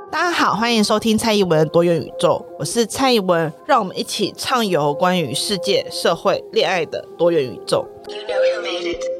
大家好，欢迎收听蔡宜文的多元宇宙，我是蔡宜文，让我们一起畅游关于世界、社会、恋爱的多元宇宙。You know who made it.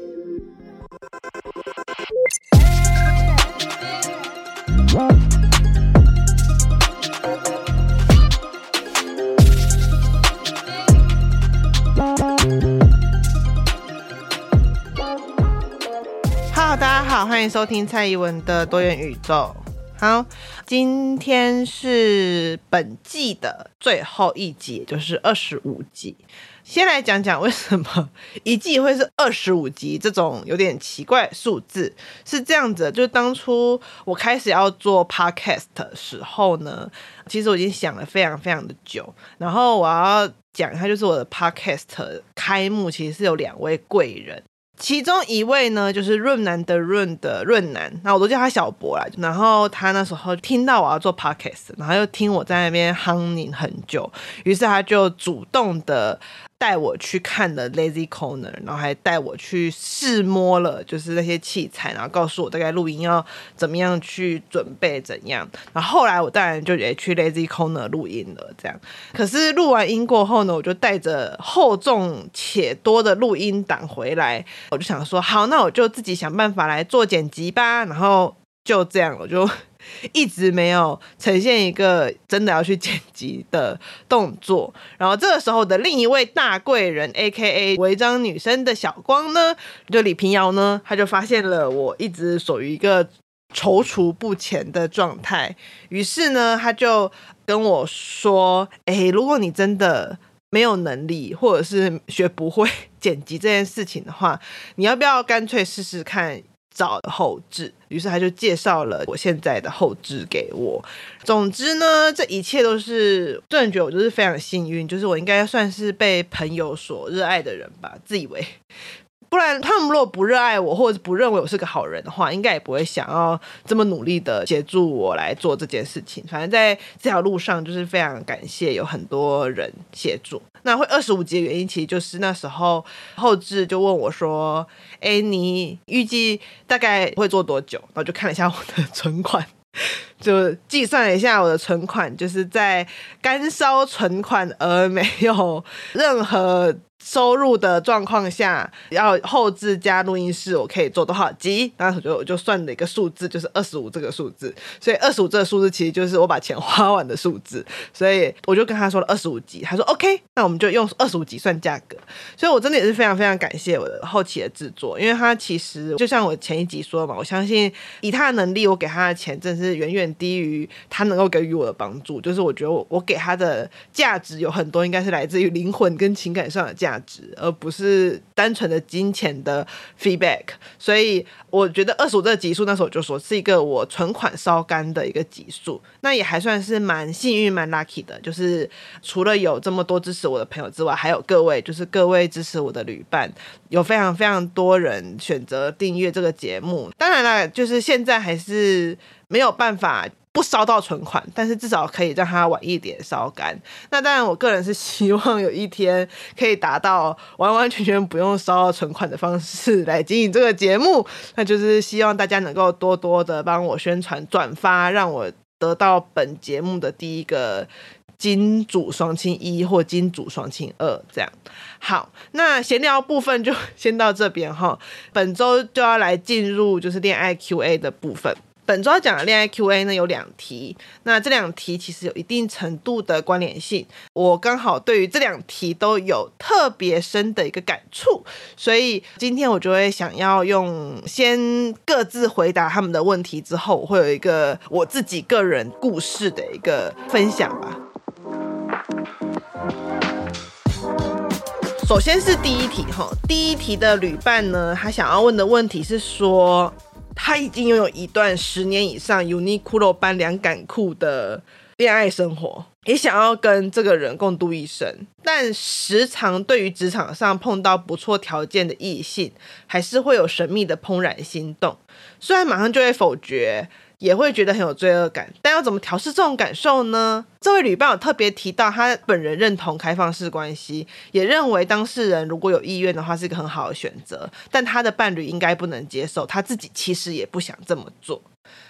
大家好，欢迎收听蔡宜文的多元宇宙。好，今天是本季的最后一集，也就是25集。先来讲讲为什么一季会是25集这种有点奇怪的数字。是这样子，就是当初我开始要做 podcast 的时候呢，其实我已经想了非常非常的久。然后我要讲一下，就是我的 podcast 开幕其实是有2位贵人。其中一位呢，就是润南的润南，那我都叫他小博啦。然后他那时候听到我要做 podcast， 然后又听我在那边哼很久，于是他就主动的带我去看了 Lazy Corner， 然后还带我去试摸了就是那些器材，然后告诉我大概录音要怎么样去准备怎样。然后后来我当然就也去 Lazy Corner 录音了这样。可是录完音过后呢，我就带着厚重且多的录音档回来，我就想说好，那我就自己想办法来做剪辑吧。然后就这样，我就一直没有呈现一个真的要去剪辑的动作。然后这个时候的另一位大贵人 AKA 违章女生的小光呢，就李平遥呢，他就发现了我一直属于一个踌躇不前的状态。于是呢，他就跟我说如果你真的没有能力或者是学不会剪辑这件事情的话，你要不要干脆试试看找后制。于是他就介绍了我现在的后制给我。总之呢，这一切都是个人觉得我就是非常幸运，就是我应该算是被朋友所热爱的人吧，自以为。不然他们如果不热爱我或者不认为我是个好人的话，应该也不会想要这么努力的协助我来做这件事情。反正在这条路上就是非常感谢有很多人协助。那会25集的原因其实就是那时候后制就问我说你预计大概会做多久，然后就看了一下我的存款，就计算了一下我的存款，就是在干烧存款而没有任何收入的状况下，要后制加录音室我可以做多少集。然后我就算了一个数字，就是25这个数字。所以25这个数字其实就是我把钱花完的数字。所以我就跟他说了25集，他说 OK， 那我们就用25集算价格。所以我真的也是非常非常感谢我的后期的制作，因为他其实就像我前一集说嘛，我相信以他的能力，我给他的钱真的是远远低于他能够给予我的帮助。就是我觉得我给他的价值有很多应该是来自于灵魂跟情感上的价值，而不是单纯的金钱的 feedback。 所以我觉得25这个集数那时候我就说是一个我存款烧干的一个集数，那也还算是蛮幸运蛮 lucky 的，就是除了有这么多支持我的朋友之外，还有各位支持我的旅伴，有非常非常多人选择订阅这个节目。当然啦，就是现在还是没有办法不烧到存款，但是至少可以让它晚一点烧干。那当然我个人是希望有一天可以达到完完全全不用烧到存款的方式来经营这个节目，那就是希望大家能够多多的帮我宣传转发，让我得到本节目的第一个金主双亲1或金主双亲2这样。好，那闲聊部分就先到这边齁。本周就要来进入就是恋爱 QA 的部分。本周要讲的恋爱 QA 呢有2题，那这2题其实有一定程度的关联性，我刚好对于这2题都有特别深的一个感触，所以今天我就会想要用先各自回答他们的问题之后，我会有一个我自己个人故事的一个分享吧。首先是第一题第一题的旅伴呢，他想要问的问题是说，他已经拥有一段10年以上 Uniqlo 般两杆裤的恋爱生活，也想要跟这个人共度一生，但时常对于职场上碰到不错条件的异性，还是会有神秘的怦然心动，虽然马上就会否决，也会觉得很有罪恶感，但要怎么调试这种感受呢？这位旅伴有特别提到他本人认同开放式关系，也认为当事人如果有意愿的话是一个很好的选择，但他的伴侣应该不能接受，他自己其实也不想这么做。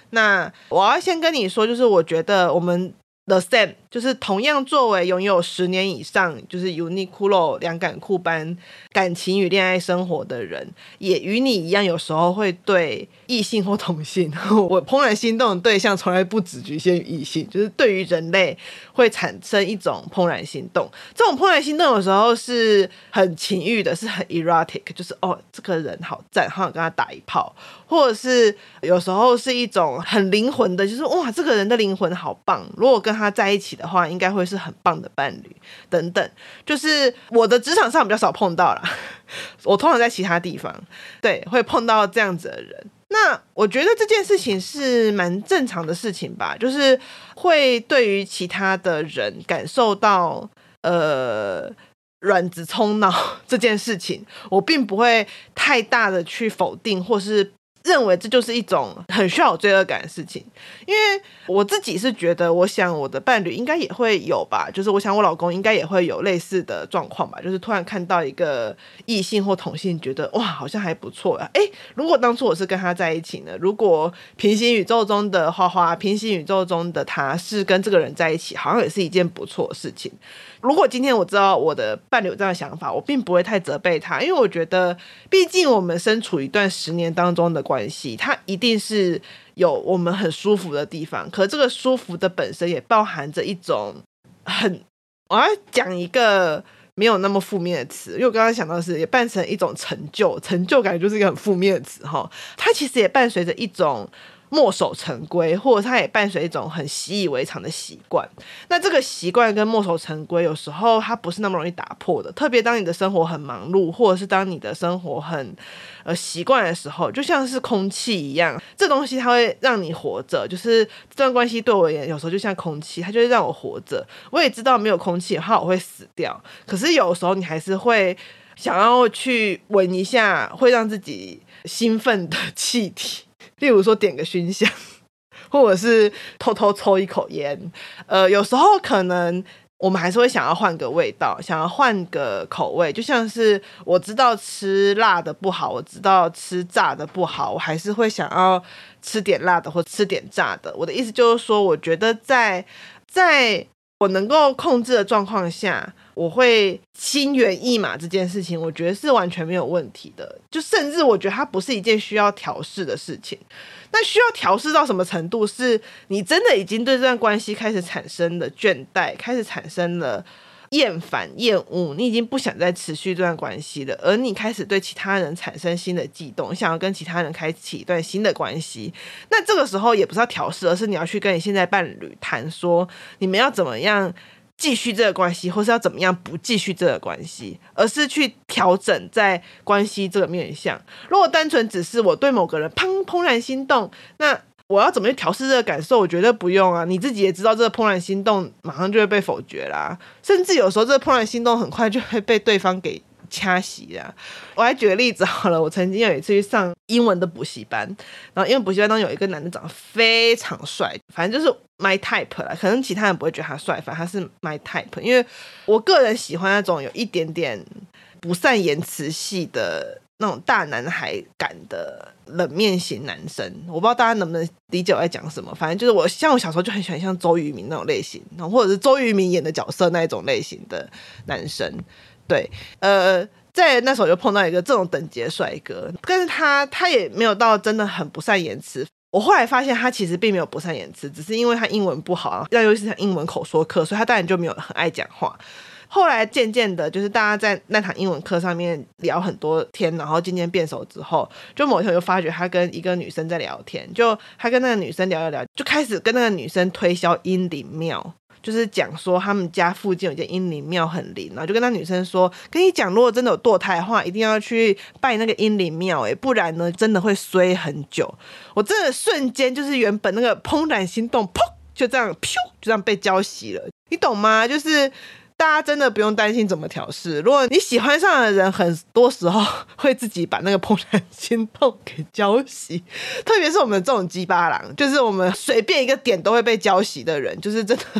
那我要先跟你说，就是我觉得我们The Same 就是同样作为拥有10年以上就是 Uniqlo 两感裤般感情与恋爱生活的人，也与你一样有时候会对异性或同性我怦然心动的对象从来不只局限于异性，就是对于人类会产生一种怦然心动。这种怦然心动有时候是很情欲的，是很 erotic， 就是这个人好赞，好想跟他打一炮，或者是有时候是一种很灵魂的，就是哇这个人的灵魂好棒，如果跟他在一起的话应该会是很棒的伴侣等等。就是我的职场上比较少碰到啦我通常在其他地方对会碰到这样子的人。那我觉得这件事情是蛮正常的事情吧，就是会对于其他的人感受到卵子冲脑这件事情，我并不会太大的去否定或是认为这就是一种很需要有罪恶感的事情。因为我自己是觉得，我想我的伴侣应该也会有吧，就是我想我老公应该也会有类似的状况吧，就是突然看到一个异性或同性觉得哇好像还不错啊，如果当初我是跟他在一起呢，如果平行宇宙中的花花，平行宇宙中的他是跟这个人在一起，好像也是一件不错的事情。如果今天我知道我的伴侣有这样的想法，我并不会太责备他，因为我觉得毕竟我们身处一段10年当中的关系，它一定是有我们很舒服的地方，可这个舒服的本身也包含着一种我要讲一个没有那么负面的词，因为我刚刚想到的是也伴成一种成就感觉就是一个很负面的词它其实也伴随着一种墨守成规，或者它也伴随一种很习以为常的习惯。那这个习惯跟墨守成规有时候它不是那么容易打破的，特别当你的生活很忙碌，或者是当你的生活很习惯的时候，就像是空气一样，这东西它会让你活着。就是这段关系对我而言有时候就像空气，它就会让我活着。我也知道没有空气的话我会死掉，可是有时候你还是会想要去闻一下会让自己兴奋的气体，例如说点个熏香，或者是偷偷抽一口烟。有时候可能我们还是会想要换个味道，想要换个口味，就像是我知道吃辣的不好，我知道吃炸的不好，我还是会想要吃点辣的或吃点炸的。我的意思就是说，我觉得在我能够控制的状况下，我会心猿意马这件事情，我觉得是完全没有问题的。就甚至我觉得它不是一件需要调试的事情。那需要调试到什么程度？是你真的已经对这段关系开始产生了倦怠，开始产生了厌烦厌恶，你已经不想再持续这段关系了，而你开始对其他人产生新的悸动，想要跟其他人开启一段新的关系。那这个时候也不是要调试，而是你要去跟你现在伴侣谈说你们要怎么样继续这个关系，或是要怎么样不继续这个关系，而是去调整在关系这个面向。如果单纯只是我对某个人怦然心动，那我要怎么去调试这个感受？我觉得不用啊，你自己也知道这个怦然心动马上就会被否决啦，甚至有时候这个怦然心动很快就会被对方给掐熄啦。我来举个例子好了，我曾经有一次去上英文的补习班，然后英文补习班当中有一个男的长得非常帅，反正就是 my type 啦，可能其他人不会觉得他帅，反正他是 my type。因为我个人喜欢那种有一点点不善言辞系的那种大男孩感的冷面型男生。我不知道大家能不能理解我在讲什么，反正就是我小时候就很喜欢像周渝民那种类型，或者是周渝民演的角色那一种类型的男生。对，在那时候就碰到一个这种等级的帅哥，但是他也没有到真的很不善言辞。我后来发现他其实并没有不善言辞，只是因为他英文不好，那尤其是英文口说课，所以他当然就没有很爱讲话。后来渐渐的，就是大家在那堂英文课上面聊很多天，然后渐渐变熟之后，就某一天我就发觉他跟一个女生在聊天，就他跟那个女生聊一聊，就开始跟那个女生推销阴灵庙，就是讲说他们家附近有一间阴灵庙很灵，然后就跟那女生说，跟你讲如果真的有堕胎的话，一定要去拜那个阴灵庙，不然呢真的会衰很久。我真的瞬间就是原本那个怦然心动砰就这样噗就这样被浇熄了，你懂吗？就是大家真的不用担心怎么调试，如果你喜欢上的人很多时候会自己把那个怦然心动给浇熄，特别是我们这种鸡巴狼，就是我们随便一个点都会被浇熄的人，就是真的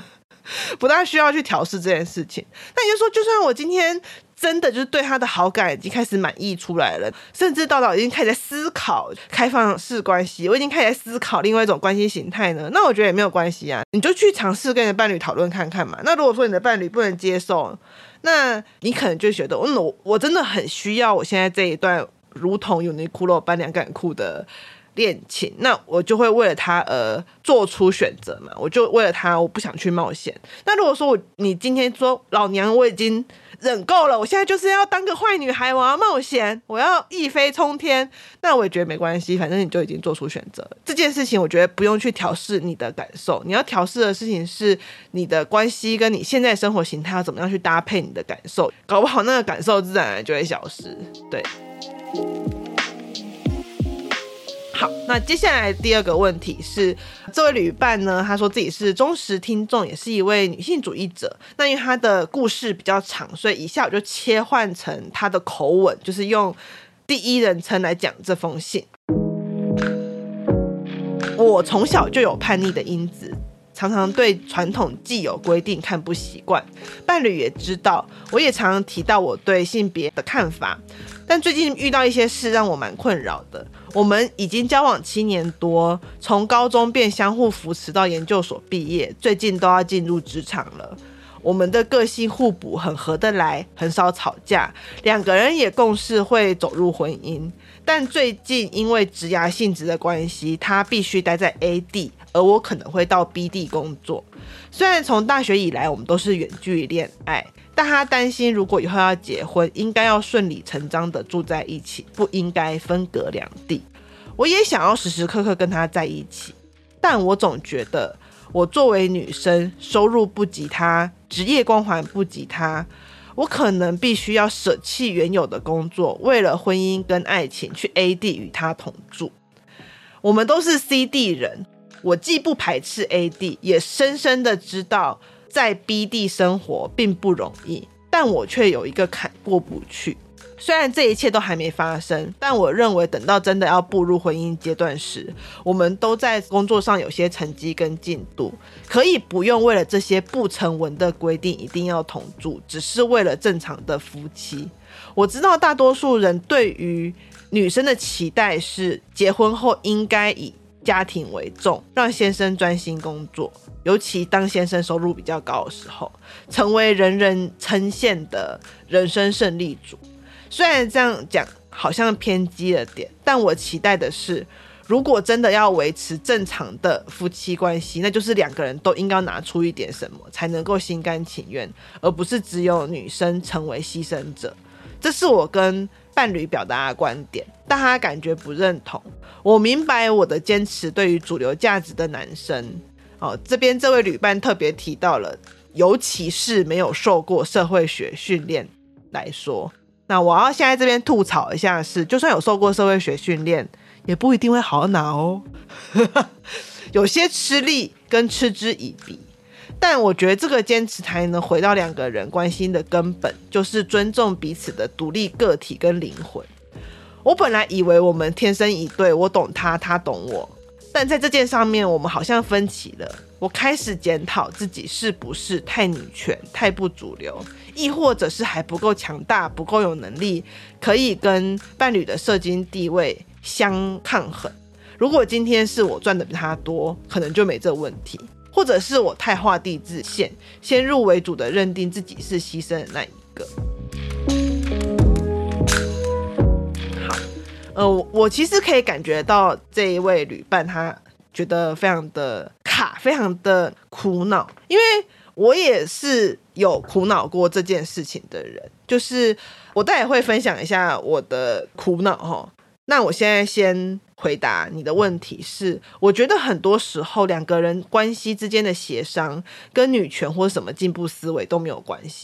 不大需要去调试这件事情。那你就说，就算我今天真的就是对他的好感已经开始满意出来了，甚至到已经开始在思考开放式关系，我已经开始在思考另外一种关系形态呢，那我觉得也没有关系啊，你就去尝试跟你的伴侣讨论看看嘛。那如果说你的伴侣不能接受，那你可能就觉得我真的很需要我现在这一段如同 Uniqlo 般两杆裤的恋情，那我就会为了他而做出选择嘛，我就为了他我不想去冒险。那如果说你今天说老娘我已经忍够了，我现在就是要当个坏女孩，我要冒险，我要一飞冲天，那我也觉得没关系，反正你就已经做出选择了。这件事情我觉得不用去调试你的感受，你要调试的事情是你的关系跟你现在生活形态要怎么样去搭配你的感受，搞不好那个感受自然而然就会消失。对，好，那接下来第二个问题是，这位旅伴呢，他说自己是忠实听众，也是一位女性主义者。那因为他的故事比较长，所以以下我就切换成他的口吻，就是用第一人称来讲这封信。我从小就有叛逆的因子，常常对传统既有规定看不习惯，伴侣也知道，我也常常提到我对性别的看法，但最近遇到一些事让我蛮困扰的。我们已经交往7年多，从高中便相互扶持到研究所毕业，最近都要进入职场了。我们的个性互补，很合得来，很少吵架，两个人也共识会走入婚姻。但最近因为职涯性质的关系，他必须待在 A 地，而我可能会到 B 地工作。虽然从大学以来我们都是远距离恋爱，但他担心如果以后要结婚，应该要顺理成章的住在一起，不应该分隔两地。我也想要时时刻刻跟他在一起，但我总觉得我作为女生，收入不及他，职业光环不及他，我可能必须要舍弃原有的工作，为了婚姻跟爱情去 A 地与他同住。我们都是 C 地人，我既不排斥 A 地，也深深的知道在 B 地生活并不容易，但我却有一个坎过不去。虽然这一切都还没发生，但我认为等到真的要步入婚姻阶段时，我们都在工作上有些成绩跟进度，可以不用为了这些不成文的规定一定要同住，只是为了正常的夫妻。我知道大多数人对于女生的期待是结婚后应该以家庭为重，让先生专心工作，尤其当先生收入比较高的时候，成为人人称羡的人生胜利组。虽然这样讲好像偏激了点，但我期待的是，如果真的要维持正常的夫妻关系，那就是两个人都应该拿出一点什么，才能够心甘情愿，而不是只有女生成为牺牲者。这是我跟伴侣表达的观点，但他感觉不认同。我明白我的坚持对于主流价值的男生，这边这位旅伴特别提到了，尤其是没有受过社会学训练来说。那我要现在这边吐槽一下是，就算有受过社会学训练，也不一定会好拿哦。有些吃力跟嗤之以鼻，但我觉得这个坚持才能回到两个人关系的根本，就是尊重彼此的独立个体跟灵魂。我本来以为我们天生一对，我懂他，他懂我，但在这件上面我们好像分歧了。我开始检讨自己是不是太女权、太不主流，亦或者是还不够强大、不够有能力，可以跟伴侣的社经地位相抗衡。如果今天是我赚的比他多，可能就没这问题。或者是我太画地自限，先入为主的认定自己是牺牲的那一个。好，我其实可以感觉到这一位旅伴他觉得非常的卡，非常的苦恼，因为我也是有苦恼过这件事情的人，就是我待会会分享一下我的苦恼齁。那我现在先回答你的问题是，我觉得很多时候两个人关系之间的协商跟女权或什么进步思维都没有关系，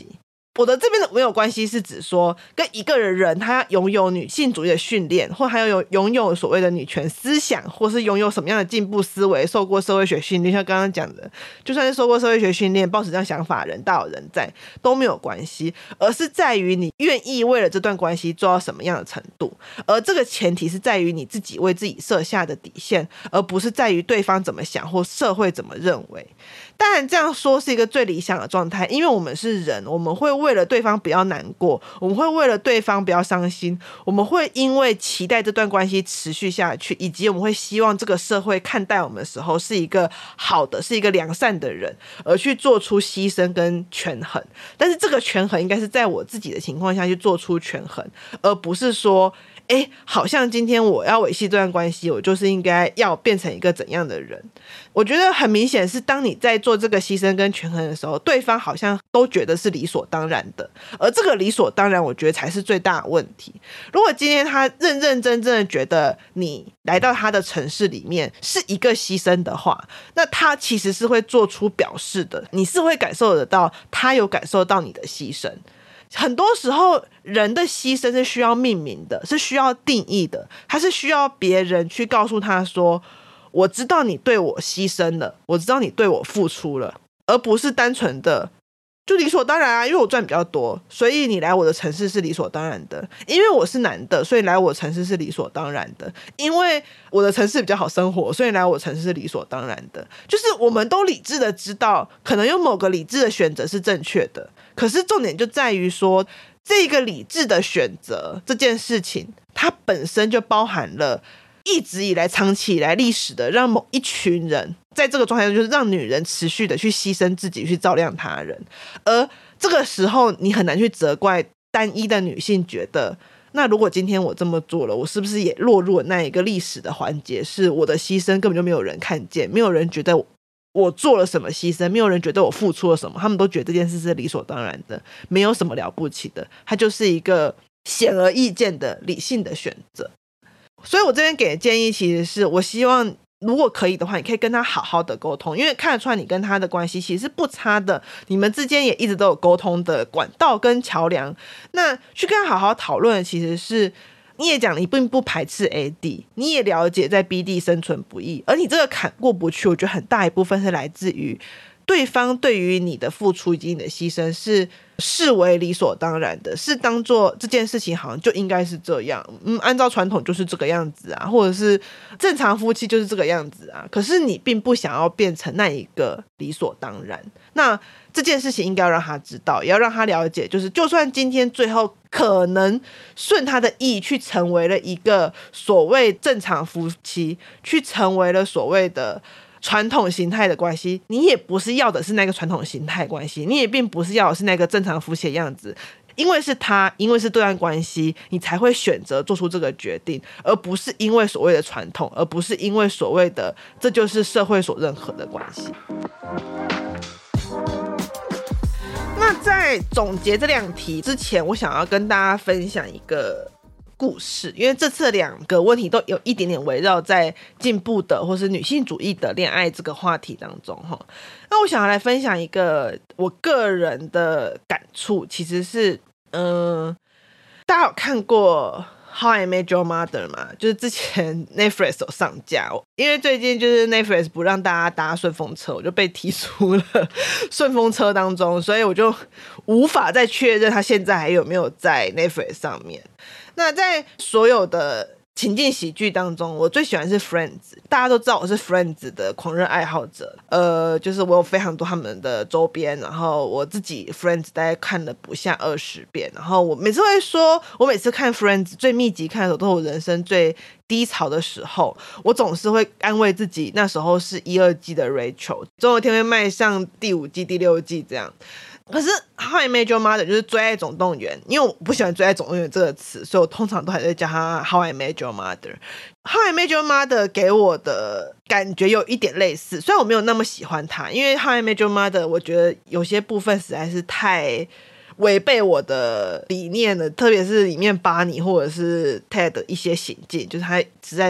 我的这边的没有关系是指说，跟一个人他拥有女性主义的训练，或还有拥有所谓的女权思想，或是拥有什么样的进步思维，受过社会学训练，像刚刚讲的，就算是受过社会学训练，抱持这样想法的人大有人在，都没有关系，而是在于你愿意为了这段关系做到什么样的程度，而这个前提是在于你自己为自己设下的底线，而不是在于对方怎么想或社会怎么认为。当然这样说是一个最理想的状态，因为我们是人，我们会为了对方不要难过，我们会为了对方不要伤心，我们会因为期待这段关系持续下去，以及我们会希望这个社会看待我们的时候是一个好的，是一个良善的人，而去做出牺牲跟权衡。但是这个权衡应该是在我自己的情况下去做出权衡，而不是说好像今天我要维系这段关系，我就是应该要变成一个怎样的人。我觉得很明显是当你在做这个牺牲跟权衡的时候，对方好像都觉得是理所当然的，而这个理所当然我觉得才是最大的问题。如果今天他认认真真的觉得你来到他的城市里面是一个牺牲的话，那他其实是会做出表示的，你是会感受得到他有感受到你的牺牲。很多时候人的牺牲是需要命名的，是需要定义的，他是需要别人去告诉他说，我知道你对我牺牲了，我知道你对我付出了，而不是单纯的就理所当然啊，因为我赚比较多，所以你来我的城市是理所当然的，因为我是男的，所以来我的城市是理所当然的，因为我的城市比较好生活，所以来我的城市是理所当然的。就是我们都理智的知道可能有某个理智的选择是正确的，可是重点就在于说这个理智的选择这件事情，它本身就包含了一直以来长期以来历史的让某一群人在这个状态就是让女人持续的去牺牲自己去照亮他人，而这个时候你很难去责怪单一的女性觉得，那如果今天我这么做了，我是不是也落入了那一个历史的环节，是我的牺牲根本就没有人看见，没有人觉得我做了什么牺牲，没有人觉得我付出了什么，他们都觉得这件事是理所当然的，没有什么了不起的，它就是一个显而易见的理性的选择。所以我这边给的建议其实是我希望如果可以的话，你可以跟他好好的沟通，因为看得出来你跟他的关系其实是不差的，你们之间也一直都有沟通的管道跟桥梁。那去跟他好好讨论的其实是你也讲你并不排斥 AD， 你也了解在 BD 生存不易，而你这个坎过不去，我觉得很大一部分是来自于对方对于你的付出以及你的牺牲是视为理所当然的，是当做这件事情好像就应该是这样，按照传统就是这个样子啊，或者是正常夫妻就是这个样子啊，可是你并不想要变成那一个理所当然。那这件事情应该要让他知道，也要让他了解，就是就算今天最后可能顺他的意去成为了一个所谓正常夫妻，去成为了所谓的传统形态的关系，你也不是要的是那个传统形态关系，你也并不是要的是那个正常夫妻的样子，因为是他，因为是这段关系，你才会选择做出这个决定，而不是因为所谓的传统，而不是因为所谓的这就是社会所认可的关系。那在总结这两题之前，我想要跟大家分享一个故事，因为这次两个问题都有一点点围绕在进步的或是女性主义的恋爱这个话题当中。那我想要来分享一个我个人的感触，其实是大家有看过How I Met Your Mother 嘛，就是之前 Netflix 有上架，因为最近就是 Netflix 不让大家搭顺风车，我就被踢出了顺风车当中，所以我就无法再确认它现在还有没有在 Netflix 上面。那在所有的情境喜剧当中，我最喜欢是 Friends， 大家都知道我是 Friends 的狂热爱好者，就是我有非常多他们的周边，然后我自己 Friends 大概看了不下20遍，然后我每次会说，我每次看 Friends 最密集看的时候，都是我人生最低潮的时候，我总是会安慰自己，那时候是1、2季的 Rachel， 总有一天会迈向第5季、第6季这样。可是 How I Met Your Mother 就是最爱总动员，因为我不喜欢最爱总动员这个词，所以我通常都还在叫它 How I Met Your Mother。 How I Met Your Mother 给我的感觉有一点类似，虽然我没有那么喜欢它，因为 How I Met Your Mother 我觉得有些部分实在是太违背我的理念了，特别是里面巴尼或者是 Ted 的一些行径，就是他实在是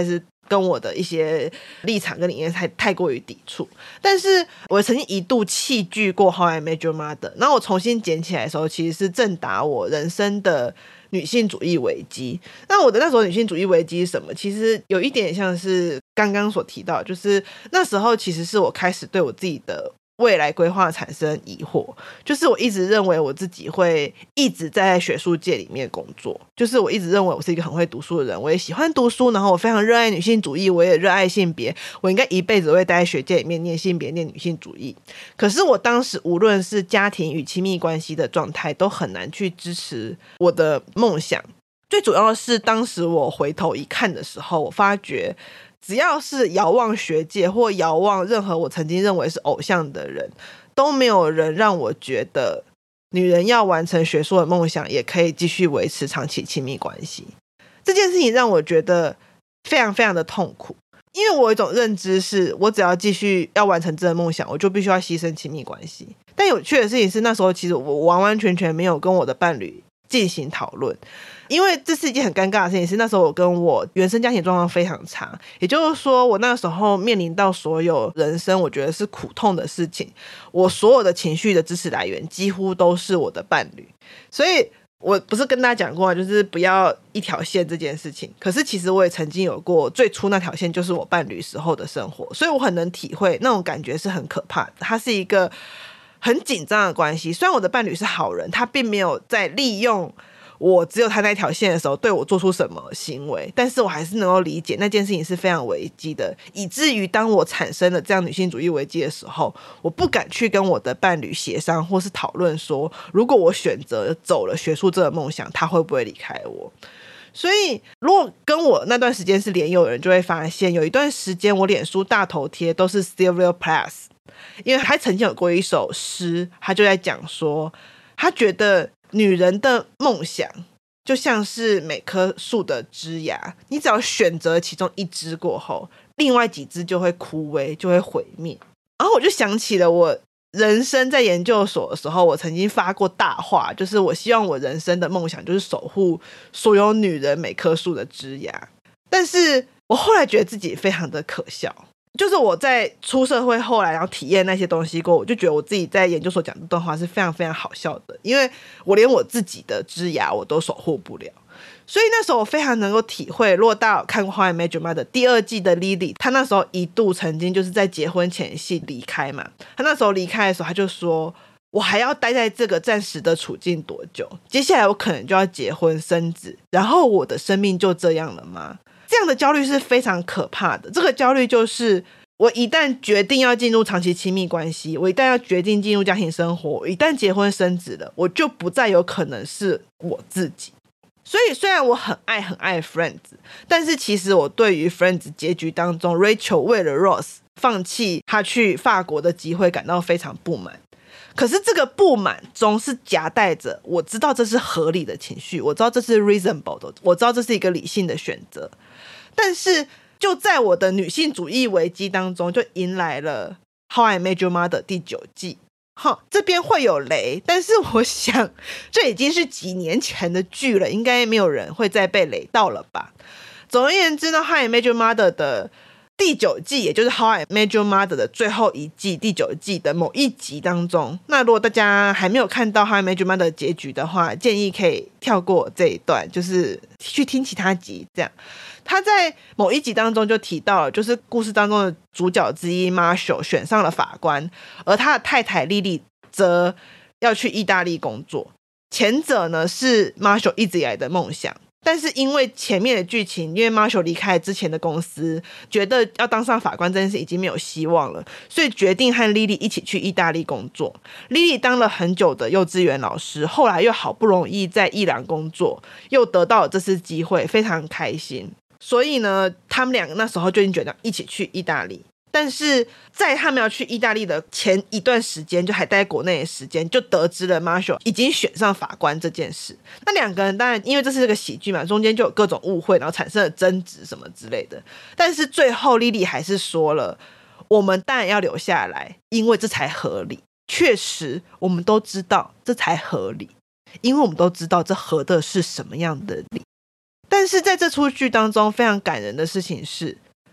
跟我的一些立场跟理念太过于抵触。但是我曾经一度弃剧过 How I Met Your Mother， 然后我重新捡起来的时候，其实是正打我人生的女性主义危机。那我的那时候女性主义危机是什么？其实有一点像是刚刚所提到，就是那时候其实是我开始对我自己的未来规划产生疑惑，就是我一直认为我自己会一直在学术界里面工作，就是我一直认为我是一个很会读书的人，我也喜欢读书，然后我非常热爱女性主义，我也热爱性别，我应该一辈子会待在学界里面念性别念女性主义。可是我当时无论是家庭与亲密关系的状态都很难去支持我的梦想。最主要的是当时我回头一看的时候，我发觉只要是遥望学界或遥望任何我曾经认为是偶像的人，都没有人让我觉得女人要完成学术的梦想也可以继续维持长期亲密关系。这件事情让我觉得非常非常的痛苦，因为我有一种认知是我只要继续要完成这个梦想，我就必须要牺牲亲密关系。但有趣的事情是那时候其实我完完全全没有跟我的伴侣进行讨论，因为这是一件很尴尬的事情，是那时候我跟我原生家庭状况非常差，也就是说我那时候面临到所有人生我觉得是苦痛的事情，我所有的情绪的支持来源几乎都是我的伴侣。所以我不是跟大家讲过就是不要一条线这件事情，可是其实我也曾经有过最初那条线就是我伴侣时候的生活，所以我很能体会那种感觉是很可怕的，它是一个很紧张的关系。虽然我的伴侣是好人，他并没有在利用我只有他那条线的时候对我做出什么行为，但是我还是能够理解那件事情是非常危机的，以至于当我产生了这样女性主义危机的时候，我不敢去跟我的伴侣协商或是讨论说如果我选择走了学术这个梦想，他会不会离开我。所以如果跟我那段时间是连友的人就会发现，有一段时间我脸书大头贴都是 Sylvia Plath， 因为他曾经有过一首诗，他就在讲说他觉得女人的梦想就像是每棵树的枝芽，你只要选择其中一枝过后，另外几枝就会枯萎，就会毁灭。然后我就想起了我人生在研究所的时候，我曾经发过大话，就是我希望我人生的梦想就是守护所有女人每棵树的枝芽。但是我后来觉得自己非常的可笑，就是我在出社会后来然后体验那些东西过后，我就觉得我自己在研究所讲这段话是非常非常好笑的，因为我连我自己的枝芽我都守护不了。所以那时候我非常能够体会，如果大家有看过 How I Met Your Mother 第二季的 Lily， 她那时候一度曾经就是在结婚前夕离开嘛，她那时候离开的时候她就说我还要待在这个暂时的处境多久，接下来我可能就要结婚生子，然后我的生命就这样了吗？这样的焦虑是非常可怕的。这个焦虑就是我一旦决定要进入长期亲密关系，我一旦要决定进入家庭生活，我一旦结婚生子了，我就不再有可能是我自己。所以虽然我很爱 Friends， 但是其实我对于 Friends 结局当中 Rachel 为了 Ross 放弃他去法国的机会感到非常不满。可是这个不满中是夹带着我知道这是合理的情绪，我知道这是 reasonable 的，我知道这是一个理性的选择。但是就在我的女性主义危机当中，就迎来了 How I Met Your Mother 第9季。这边会有雷，但是我想这已经是几年前的剧了，应该没有人会再被雷到了吧。总而言之呢， How I Met Your Mother 的第9季，也就是 How I Met Your Mother 的最后一季第9季的某一集当中，那如果大家还没有看到 How I Met Your Mother 的结局的话，建议可以跳过这一段，就是去听其他集。这样他在某一集当中就提到了，就是故事当中的主角之一 Marshall 选上了法官，而他的太太 Lily 则要去意大利工作。前者呢是 Marshall 一直以来的梦想，但是因为前面的剧情，因为 Marshall 离开之前的公司，觉得要当上法官这件事已经没有希望了，所以决定和 Lily 一起去意大利工作。Lily 当了很久的幼稚园老师，后来又好不容易在伊朗工作，又得到了这次机会，非常开心。所以呢，他们两个那时候就已经决定一起去意大利。但是在他们要去意大利的前一段时间，就还待在国内的时间，就得知了 Marshall 已经选上法官这件事。那两个人当然因为这是个喜剧嘛，中间就有各种误会，然后产生了争执什么之类的。但是最后 Lily 还是说了，我们当然要留下来，因为这才合理。确实我们都知道这才合理，因为我们都知道这合的是什么样的理。但是在这出剧当中非常感人的事情是，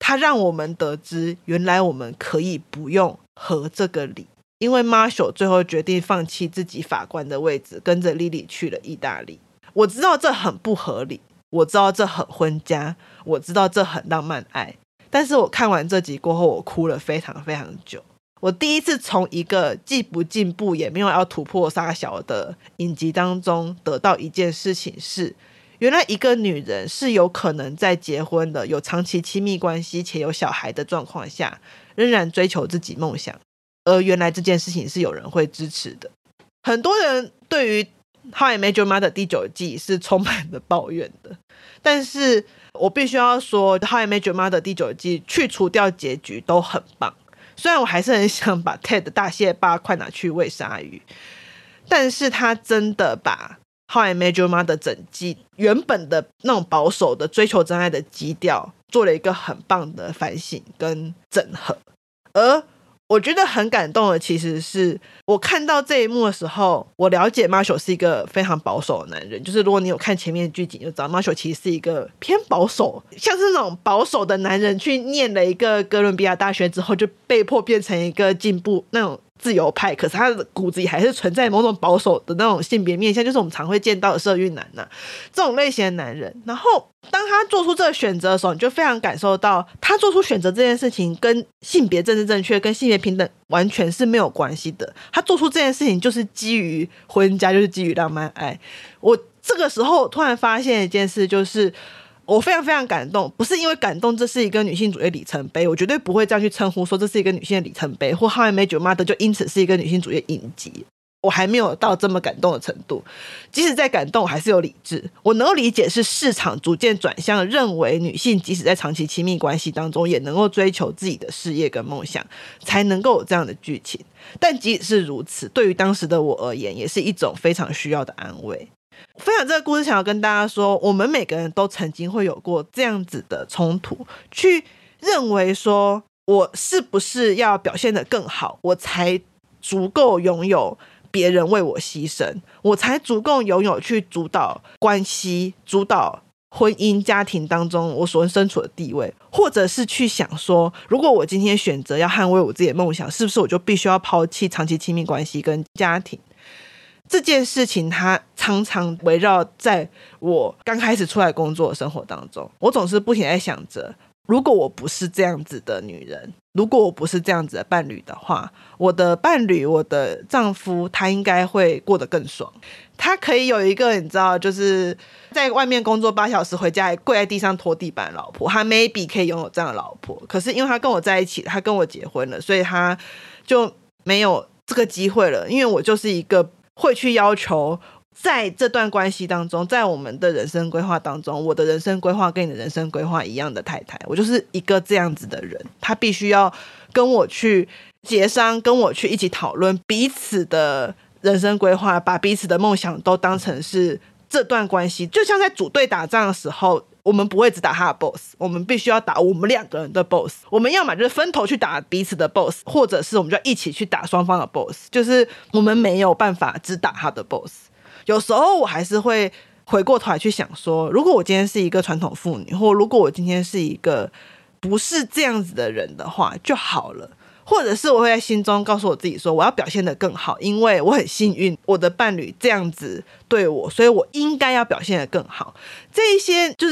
它让我们得知原来我们可以不用和这个理，因为 Marshall 最后决定放弃自己法官的位置，跟着 Lily 去了意大利。我知道这很不合理，我知道这很婚家，我知道这很浪漫爱，但是我看完这集过后，我哭了非常非常久。我第一次从一个既不进步也没有要突破杀小的影集当中得到一件事情是，原来一个女人是有可能在结婚的有长期亲密关系且有小孩的状况下仍然追求自己梦想，而原来这件事情是有人会支持的。很多人对于 How I Met Your Mother 第9季是充满了抱怨的，但是我必须要说 How I Met Your Mother 第9季去除掉结局都很棒，虽然我还是很想把 Ted 大蟹巴快拿去喂鲨鱼，但是他真的把 How I Met Your Mother 整季原本的那种保守的追求真爱的基调做了一个很棒的反省跟整合。而我觉得很感动的其实是我看到这一幕的时候，我了解 Marshall 是一个非常保守的男人，就是如果你有看前面的剧情就知道 Marshall 其实是一个偏保守，像是那种保守的男人去念了一个哥伦比亚大学之后就被迫变成一个进步那种自由派，可是他的骨子里还是存在某种保守的那种性别面向，就是我们常会见到的社运男这种类型的男人。然后当他做出这个选择的时候，你就非常感受到他做出选择这件事情跟性别政治正确跟性别平等完全是没有关系的，他做出这件事情就是基于婚家，就是基于浪漫爱。我这个时候突然发现一件事，就是我非常非常感动，不是因为感动这是一个女性主义里程碑，我绝对不会这样去称呼说这是一个女性的里程碑，或 How I Met Your Mother 就因此是一个女性主义影集，我还没有到这么感动的程度。即使在感动我还是有理智，我能够理解是市场逐渐转向认为女性即使在长期亲密关系当中也能够追求自己的事业跟梦想，才能够有这样的剧情。但即使是如此，对于当时的我而言也是一种非常需要的安慰。分享这个故事想要跟大家说，我们每个人都曾经会有过这样子的冲突，去认为说我是不是要表现得更好，我才足够拥有别人为我牺牲，我才足够拥有去主导关系，主导婚姻家庭当中我所身处的地位，或者是去想说如果我今天选择要捍卫我自己的梦想，是不是我就必须要抛弃长期亲密关系跟家庭。这件事情它常常围绕在我刚开始出来工作的生活当中，我总是不停在想着，如果我不是这样子的女人，如果我不是这样子的伴侣的话，我的伴侣，我的丈夫，他应该会过得更爽，他可以有一个你知道就是在外面工作8小时回家还跪在地上拖地板的老婆，他 maybe 可以拥有这样的老婆，可是因为他跟我在一起，他跟我结婚了，所以他就没有这个机会了。因为我就是一个会去要求在这段关系当中，在我们的人生规划当中，我的人生规划跟你的人生规划一样的太太，我就是一个这样子的人，他必须要跟我去协商，跟我去一起讨论彼此的人生规划，把彼此的梦想都当成是这段关系，就像在组队打仗的时候，我们不会只打他的 boss， 我们必须要打我们2个人的 boss， 我们要么就是分头去打彼此的 boss， 或者是我们就要一起去打双方的 boss， 就是我们没有办法只打他的 boss。 有时候我还是会回过头来去想说，如果我今天是一个传统妇女，或如果我今天是一个不是这样子的人的话就好了，或者是我会在心中告诉我自己说，我要表现得更好，因为我很幸运我的伴侣这样子对我，所以我应该要表现得更好。这一些就是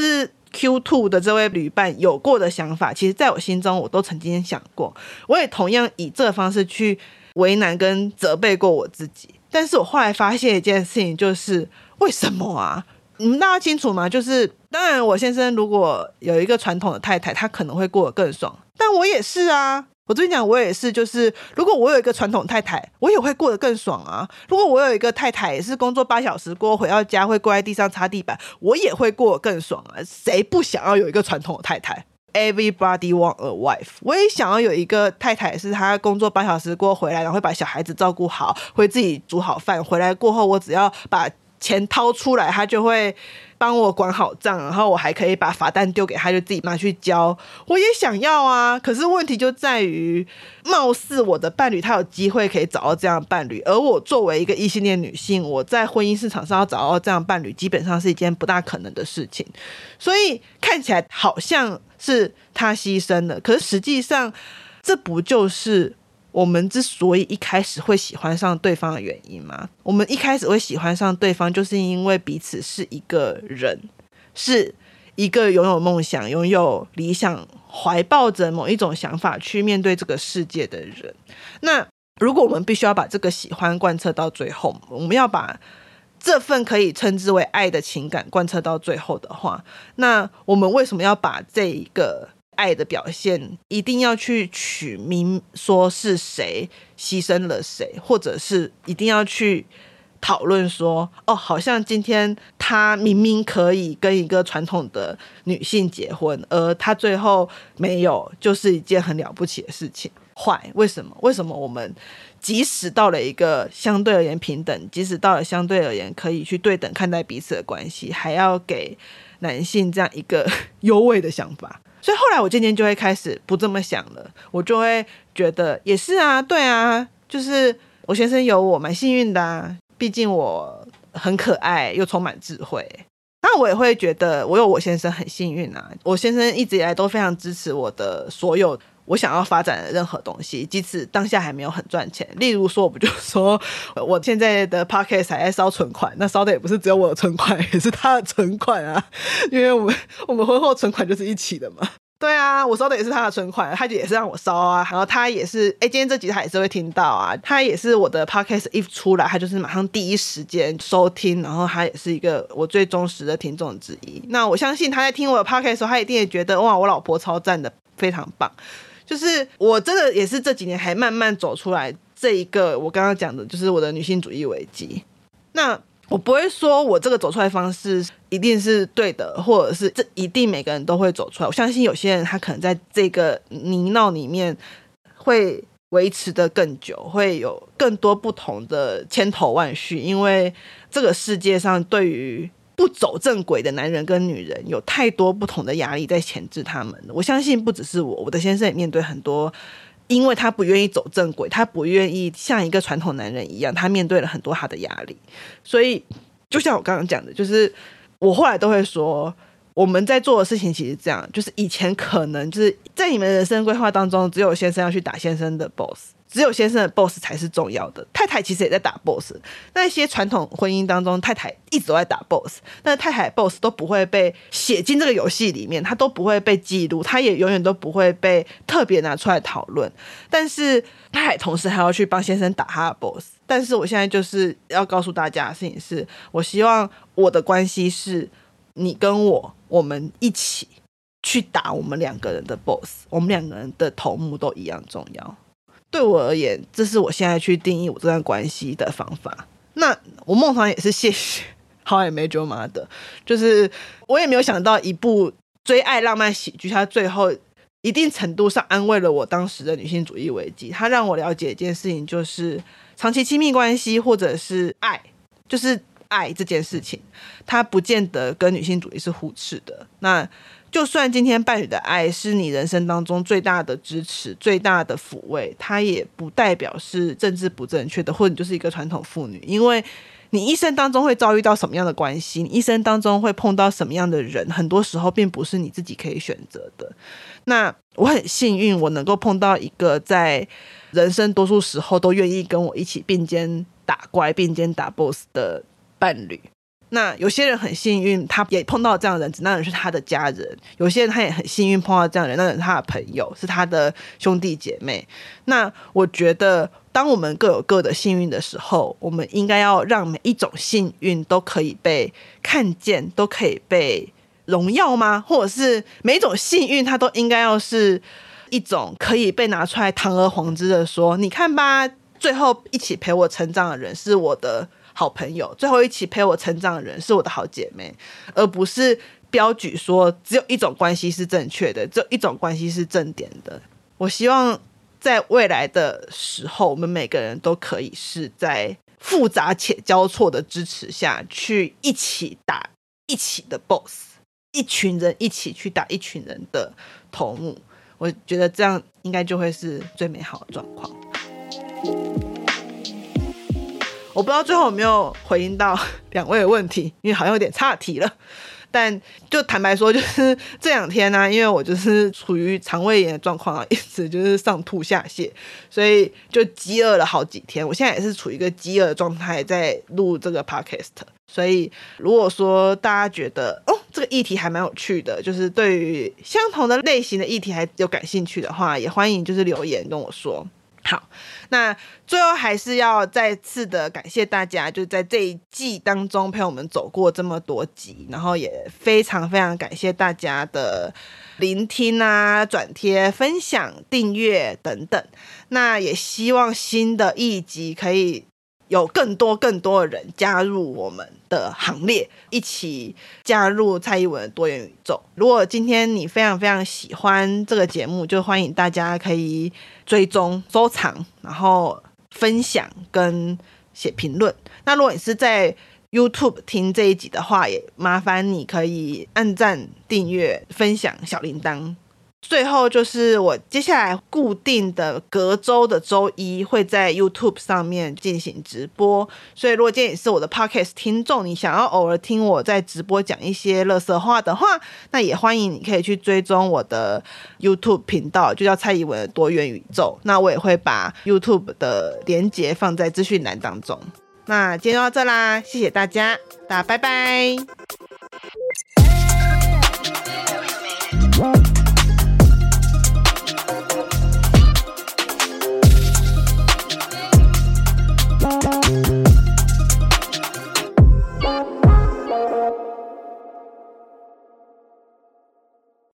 Q2 的这位旅伴有过的想法，其实在我心中我都曾经想过，我也同样以这个方式去为难跟责备过我自己。但是我后来发现一件事情，就是为什么啊？你们大家清楚吗？就是当然我先生如果有一个传统的太太，他可能会过得更爽，但我也是啊，我最近讲我也是，就是如果我有一个传统太太，我也会过得更爽啊。如果我有一个太太也是工作8小时过后回到家会跪在地上擦地板，我也会过得更爽啊。谁不想要有一个传统的太太？ Everybody want a wife。 我也想要有一个太太是她工作8小时过后回来，然后会把小孩子照顾好，会自己煮好饭，回来过后我只要把钱掏出来，他就会帮我管好账，然后我还可以把罚单丢给他，就自己拿去交。我也想要啊，可是问题就在于，貌似我的伴侣他有机会可以找到这样的伴侣，而我作为一个异性恋女性，我在婚姻市场上要找到这样的伴侣，基本上是一件不大可能的事情。所以看起来好像是他牺牲了，可是实际上这不就是我们之所以一开始会喜欢上对方的原因吗？我们一开始会喜欢上对方，就是因为彼此是一个人，是一个拥有梦想、拥有理想、怀抱着某一种想法去面对这个世界的人。那如果我们必须要把这个喜欢贯彻到最后，我们要把这份可以称之为爱的情感贯彻到最后的话，那我们为什么要把这一个爱的表现一定要去取名说是谁牺牲了谁，或者是一定要去讨论说好像今天他明明可以跟一个传统的女性结婚，而他最后没有，就是一件很了不起的事情。为什么我们即使到了一个相对而言平等，即使到了相对而言可以去对等看待彼此的关系，还要给男性这样一个优位的想法？所以后来我渐渐就会开始不这么想了，我就会觉得也是啊，对啊，就是我先生有我蛮幸运的啊，毕竟我很可爱又充满智慧。那我也会觉得我有我先生很幸运啊，我先生一直以来都非常支持我的所有我想要发展的任何东西，即使当下还没有很赚钱。例如说，我不就说我现在的 podcast 还在烧存款，那烧的也不是只有我的存款，也是他的存款啊，因为我们婚后存款就是一起的嘛。对啊，我烧的也是他的存款，他也是让我烧啊，然后他也是今天这集他也是会听到啊，他也是我的 podcast 一出来他就是马上第一时间收听，然后他也是一个我最忠实的听众之一。那我相信他在听我的 podcast 的时候，他一定也觉得哇，我老婆超赞的，非常棒。就是我真的也是这几年还慢慢走出来这一个我刚刚讲的，就是我的女性主义危机。那我不会说我这个走出来的方式一定是对的，或者是这一定每个人都会走出来。我相信有些人他可能在这个泥淖里面会维持得更久，会有更多不同的千头万绪，因为这个世界上对于不走正轨的男人跟女人有太多不同的压力在钳制他们。我相信不只是我的先生也面对很多，因为他不愿意走正轨，他不愿意像一个传统男人一样，他面对了很多他的压力。所以就像我刚刚讲的，就是我后来都会说，我们在做的事情其实这样，就是以前可能就是在你们人生规划当中，只有先生要去打先生的 boss，只有先生的 boss 才是重要的，太太其实也在打 boss。 那些传统婚姻当中，太太一直都在打 boss， 但是太太 boss 都不会被写进这个游戏里面，他都不会被记录，他也永远都不会被特别拿出来讨论。但是太太同时还要去帮先生打他的 boss。但是我现在就是要告诉大家的事情是，我希望我的关系是你跟我们一起去打我们两个人的 boss， 我们两个人的头目都一样重要。对我而言，这是我现在去定义我这段关系的方法。那我梦常也是谢谢 How I Met Your Mother， 就是我也没有想到一部追爱浪漫喜剧，它最后一定程度上安慰了我当时的女性主义危机。它让我了解一件事情，就是长期亲密关系或者是爱，就是爱这件事情，它不见得跟女性主义是互斥的。那就算今天伴侣的爱是你人生当中最大的支持、最大的抚慰，它也不代表是政治不正确的，或者你就是一个传统妇女。因为你一生当中会遭遇到什么样的关系，你一生当中会碰到什么样的人，很多时候并不是你自己可以选择的。那我很幸运，我能够碰到一个在人生多数时候都愿意跟我一起并肩打怪、并肩打 boss 的伴侣。那有些人很幸运，他也碰到这样的人，那人是他的家人；有些人他也很幸运碰到这样的人，那人是他的朋友，是他的兄弟姐妹。那我觉得当我们各有各的幸运的时候，我们应该要让每一种幸运都可以被看见，都可以被荣耀吗？或者是每一种幸运它都应该要是一种可以被拿出来堂而皇之的说，你看吧，最后一起陪我成长的人是我的好朋友，最后一起陪我成长的人是我的好姐妹，而不是标举说只有一种关系是正确的，只有一种关系是正点的。我希望在未来的时候，我们每个人都可以是在复杂且交错的支持下去一起打一起的 BOSS， 一群人一起去打一群人的头目，我觉得这样应该就会是最美好的状况。我不知道最后有没有回应到两位的问题，因为好像有点岔题了，但就坦白说，就是这2天呢、因为我就是处于肠胃炎的状况啊，一直就是上吐下泻，所以就饥饿了好几天。我现在也是处于一个饥饿的状态，在录这个 podcast。所以如果说大家觉得这个议题还蛮有趣的，就是对于相同的类型的议题还有感兴趣的话，也欢迎就是留言跟我说。好，那最后还是要再次的感谢大家，就在这一季当中陪我们走过这么多集，然后也非常非常感谢大家的聆听啊、转贴、分享、订阅等等。那也希望新的一集可以有更多的人加入我们的行列，一起加入蔡宜文的多元宇宙。如果今天你非常非常喜欢这个节目，就欢迎大家可以追踪、收藏，然后分享跟写评论。那如果你是在 YouTube 听这一集的话，也麻烦你可以按赞、订阅、分享小铃铛。最后就是我接下来固定的隔周的周一会在 YouTube 上面进行直播，所以如果今天也是我的 Podcast 听众，你想要偶尔听我在直播讲一些垃圾话的话，那也欢迎你可以去追踪我的 YouTube 频道，就叫蔡宜文的多元宇宙。那我也会把 YouTube 的连结放在资讯栏当中。那今天就到这啦，谢谢大家，大家拜拜。